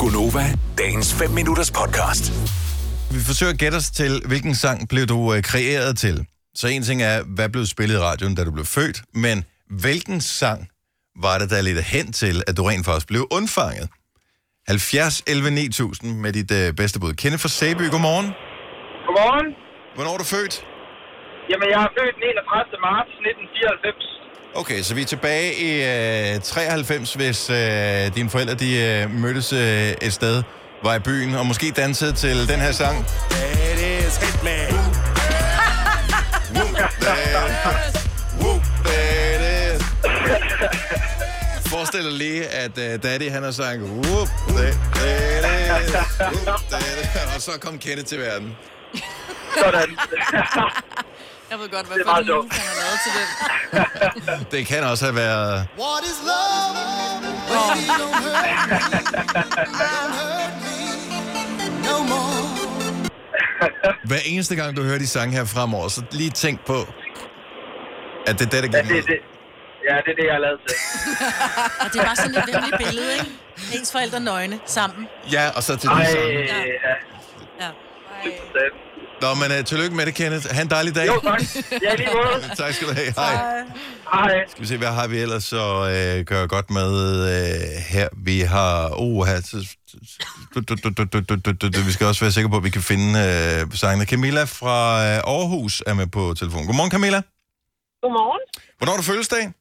Gonova, dagens 5 minutters podcast. Vi forsøger at gætte os til, hvilken sang blev du kreeret til. Så en ting er, hvad blev spillet i radioen, da du blev født, men hvilken sang var det, der ledte hen til, at du rent faktisk blev undfanget? 70 11 9000 med dit bedste bud. Kenneth fra Sæby, godmorgen. Godmorgen. Hvornår er du født? Jamen, jeg er født den 31. marts 1994. Okay, så vi er tilbage i 93, hvis dine forældre de mødtes et sted, var i byen, og måske dansede til den her sang. That is hit me. Forestil dig lige, at Daddy han har sagt og så kom Kenneth til verden. Sådan. Jeg ved godt, hvad for en move han har lavet til den. Det kan også have været... What is love? Baby, don't hurt me no more. Hver eneste gang, du hører de sange her fremover, så lige tænk på, at det er det, der gik ud. Ja, det er det, jeg har lavet til. Og det var sådan et venligt billede, ikke? Ens forældre nøgne sammen. Ja, og så til de sange. Ja. Nå, men tillykke med det, Kenneth. Ha' en dejlig dag. Jo, tak. Ja, lige måde. Tak skal du have. Hej. Hej. Skal vi se, hvad har vi ellers så gør godt med her. Vi har... Vi skal også være sikre på, at vi kan finde sangene. Camilla fra Aarhus er med på telefonen. Godmorgen, Camilla. Godmorgen. Hvornår er du fødselsdag? 23.9.76.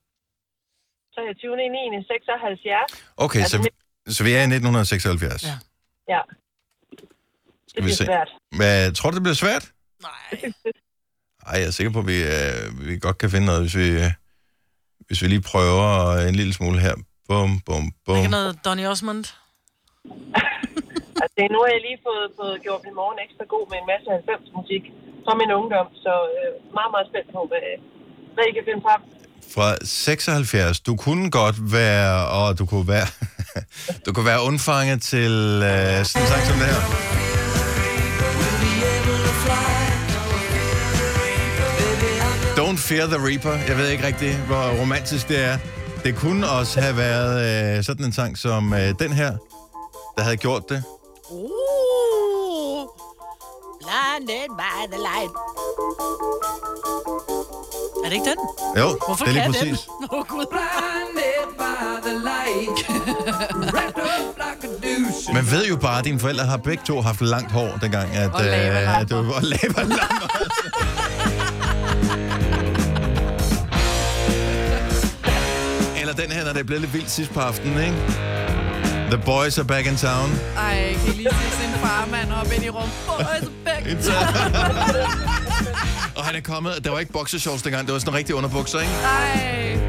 Okay, altså, så vi er i 1976. Ja. Ja. Det bliver svært. Hvad, tror du, det bliver svært? Nej. Ej, jeg er sikker på, at vi godt kan finde noget, hvis vi lige prøver en lille smule her. Bum, bum, bum. Ikke noget Donny Osmond? Altså, nu har jeg lige fået gjort min morgen ekstra god med en masse 90-musik fra min ungdom, så meget, meget spændt på, hvad I kan finde frem. Fra 76. Du kunne godt være, og du kunne være undfanget til sådan en sang som det her. Don't Fear the Reaper. Jeg ved ikke rigtig, hvor romantisk det er. Det kunne også have været sådan en sang som den her, der havde gjort det. Blinded by the light. Er det ikke den? Jo, hvorfor det er lige kan præcis. Den? Åh, Gud. Man ved jo bare, at dine forældre har begge to haft langt hår, dengang at og laberlamper. Og laberlamper. Eller den her, når det er blevet lidt vildt sidst på aftenen, ikke? The boys are back in town. Ej, kan I lige se sin farmand op ind i rum? Boys are back in town. Og han er kommet, der var ikke boxershorts dengang, det var sådan en rigtig underbukser, ikke? Ej.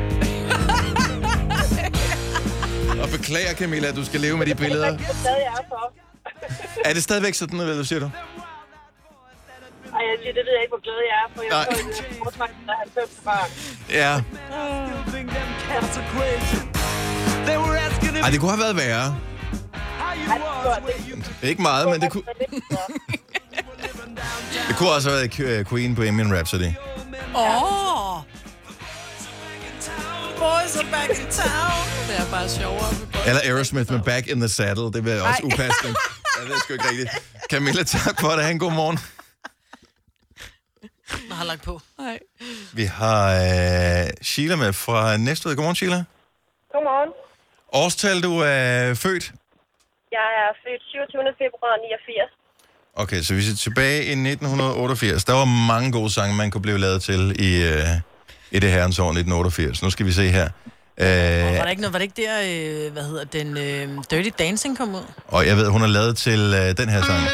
Og beklager, Camilla, at du skal leve med de billeder. Det er stadig er for. Er det stadigvæk sådan, eller hvad siger du? Ej, jeg siger, det ved jeg ikke, hvor glad jeg er, for jeg får en mortræk, der er 90 barn. Ja. Ej, det kunne have været værre. Ikke meget, men det kunne... Det kunne også have været Queen på Bohemian Rhapsody. Boys are back in town. Det er bare sjovere. Eller Aerosmith med Back in the Saddle. Det vil også upassende. Ja, det er sgu ikke rigtigt. Camilla, tak for det. Ha' en god morgen. Jeg har lagt på. Nej. Vi har Sheila med fra Næstved. Godmorgen, Sheila. Godmorgen. Årstal, du er født? Jeg er født 27. februar 89. Okay, så vi er tilbage i 1988. Der var mange gode sange, man kunne blive lavet til i det herrens år 1988. Nu skal vi se her. Var det ikke der, hvad hedder den, Dirty Dancing kom ud? Og jeg ved, hun har lavet til den her sang.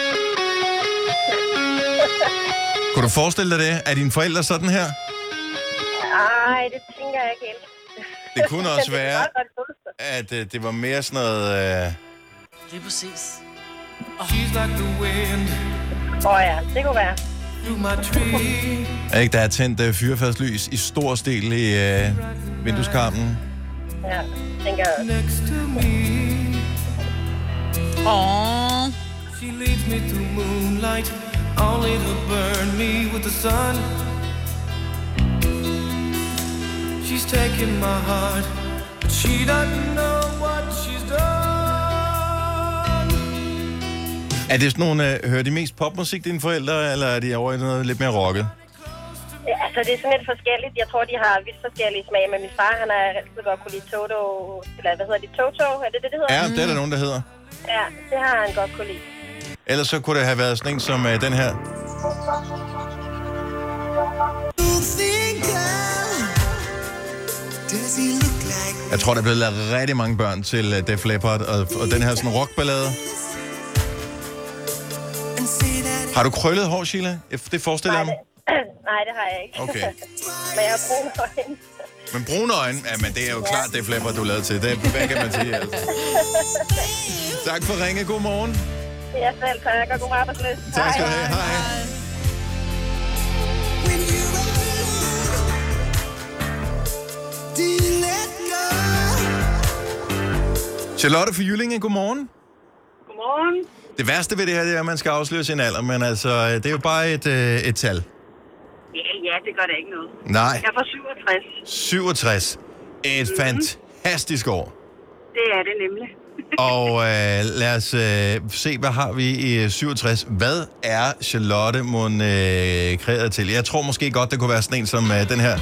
Kunne du forestille dig det? Er dine forældre sådan her? Nej, det tænker jeg ikke helt. Det kunne også være, at det var mere sådan noget... Det er præcis. Ja, det kunne være. Er ikke, der er tændt fyrfadslys i stor stil i vindueskarmen? Ja, tænker jeg. She leads me through moonlight, only to burn me with the sun. She's taking my heart, but she doesn't know what she's done. Er det sådan nogle, hører de mest popmusik, dine forældre, eller er de over i noget lidt mere rocket? Ja, altså, det er sådan lidt forskelligt. Jeg tror, de har vidt forskellige smag, men min far, han er altid godt kunne lide Toto, eller hvad hedder det, Toto? Er det det hedder? Ja, det er der nogen, der hedder. Ja, det har han godt kunne lide. Ellers så kunne det have været sådan en som den her. Jeg tror, der er blevet lavet rigtig mange børn til Def Leppard, og den her sådan rockballade. Har du krøllet hår, Sheila? Det forestiller jeg mig. Nej, det har jeg ikke. Okay. Men jeg har brune øjne. Men brune øjne, ja, men det er jo klart Def Leppard, du er lavet til. Hvad kan man sige, altså? Tak for ringe. God morgen. Ja, selv tak, og god arbejdsløs. Tak skal du have. Hej. Charlotte fra Jyllinge, godmorgen. Godmorgen. Det værste ved det her, det er, at man skal afsløre sin alder, men altså, det er jo bare et tal. Ja, det gør da ikke noget. Nej. Jeg er fra 67. 67. Et fantastisk år. Det er det nemlig. Og lad os se, hvad har vi i 67. Hvad er Charlotte mon kreeret til? Jeg tror måske godt, det kunne være sådan en som den her.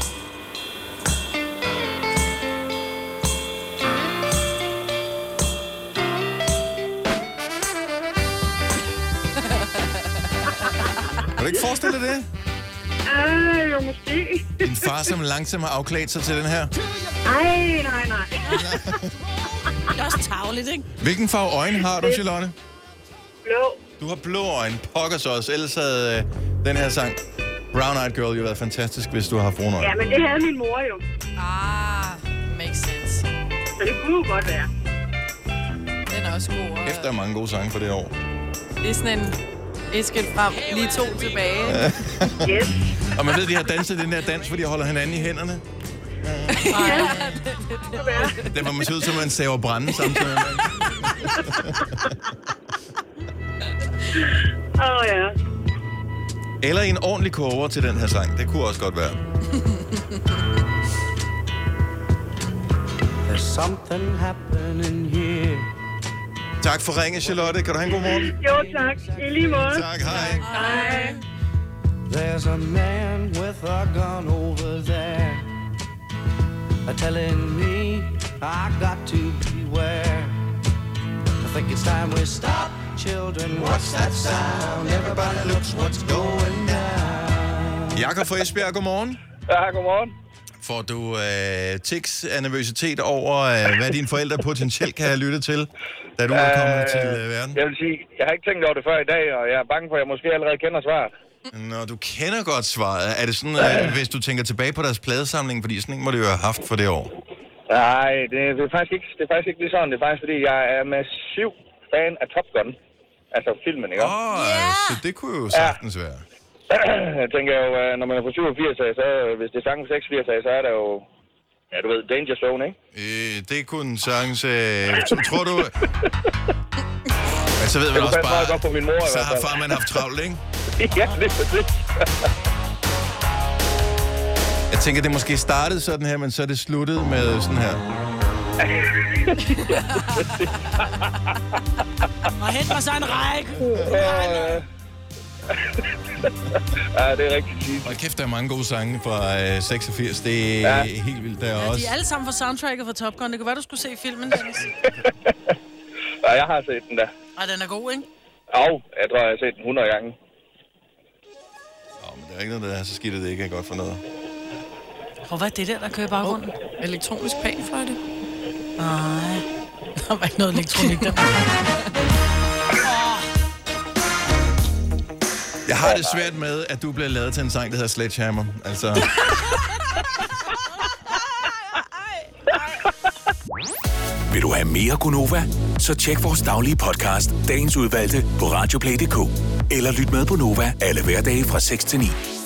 Kan du ikke forestille dig det? Jo, måske. Din far, som langsomt har afklædt sig til den her. Nej. Det er også tarveligt, ikke? Hvilken farve øjne har du, Charlotte? Blå. Du har blå øjne. Pokkers også. Ellers havde den her sang, Brown Eyed Girl, jo været fantastisk, hvis du har haft brune øjne. Ja, men det havde min mor jo. Makes sense. Så det kunne jo godt være. Den er også god. Efter mange gode sange for det år. Det er sådan en et skridt frem, lige 2 tilbage. Yes. Og man ved, de har danset den der dans, hvor de holder hinanden i hænderne. Den var man ser ud som, man saver brænde samtidig. Ja. Eller en ordentlig cover til den her sang. Det kunne også godt være. There's something happening here. Tak for ringe, Charlotte. Kan du have en god morgen? Jo, tak. I lige måde. Tak, hej. Hej. There's a man with a gun over there, telling me I got to beware. I think it's time we stop, children. What's that sound? Everybody looks what's going down. Jakob fra Esbjerg, godmorgen. Ja, godmorgen. Får du tics af nervøsitet over, hvad dine forældre potentielt kan have lyttet til, da du er kommet til verden? Jeg vil sige, jeg har ikke tænkt over det før i dag, og jeg er bange for, at jeg måske allerede kender svaret. Nå, du kender godt svaret. Er det sådan, hvis du tænker tilbage på deres pladesamling, fordi sådan en må det jo have haft for det år? Nej, det er faktisk ikke lige sådan. Det er faktisk, fordi jeg er massiv fan af Top Gun. Altså filmen, ikke? Så det kunne jo sagtens være. Jeg tænker jo, når man er på 87, så hvis det er sangen på 86, så er der jo, ja, du ved, Danger Zone, ikke? Det kunne sagtens... tror du... Men så ved man også bare, godt på min mor, så har farmand haft travlt, ikke? Ja, det er præcis. Jeg tænker, det måske startede sådan her, men så er det sluttet med sådan her. Og hent mig så en række. Ja, det er rigtig tit. Og kæft, der er mange gode sange fra 86. Det er helt vildt. Der er også... De er alle sammen fra soundtracket fra Top Gun. Det kunne være, du skulle se filmen, Dennis. Ja, jeg har set den der. Og den er god, ikke? Jeg tror, jeg har set den 100 gange. Men der er ikke noget, der er så skidt, at det ikke er godt for noget. Og hvad er det der kører bare rundt? Elektronisk panfløjte. Nej, der var ikke noget elektronik der. Jeg har det svært med, at du bliver lavet til en sang, der hedder Sledgehammer. Altså... Vil du have mere Gunova? Så tjek vores daglige podcast, dagens udvalgte, på radioplay.dk. Eller lyt med på Nova alle hverdage fra 6 til 9.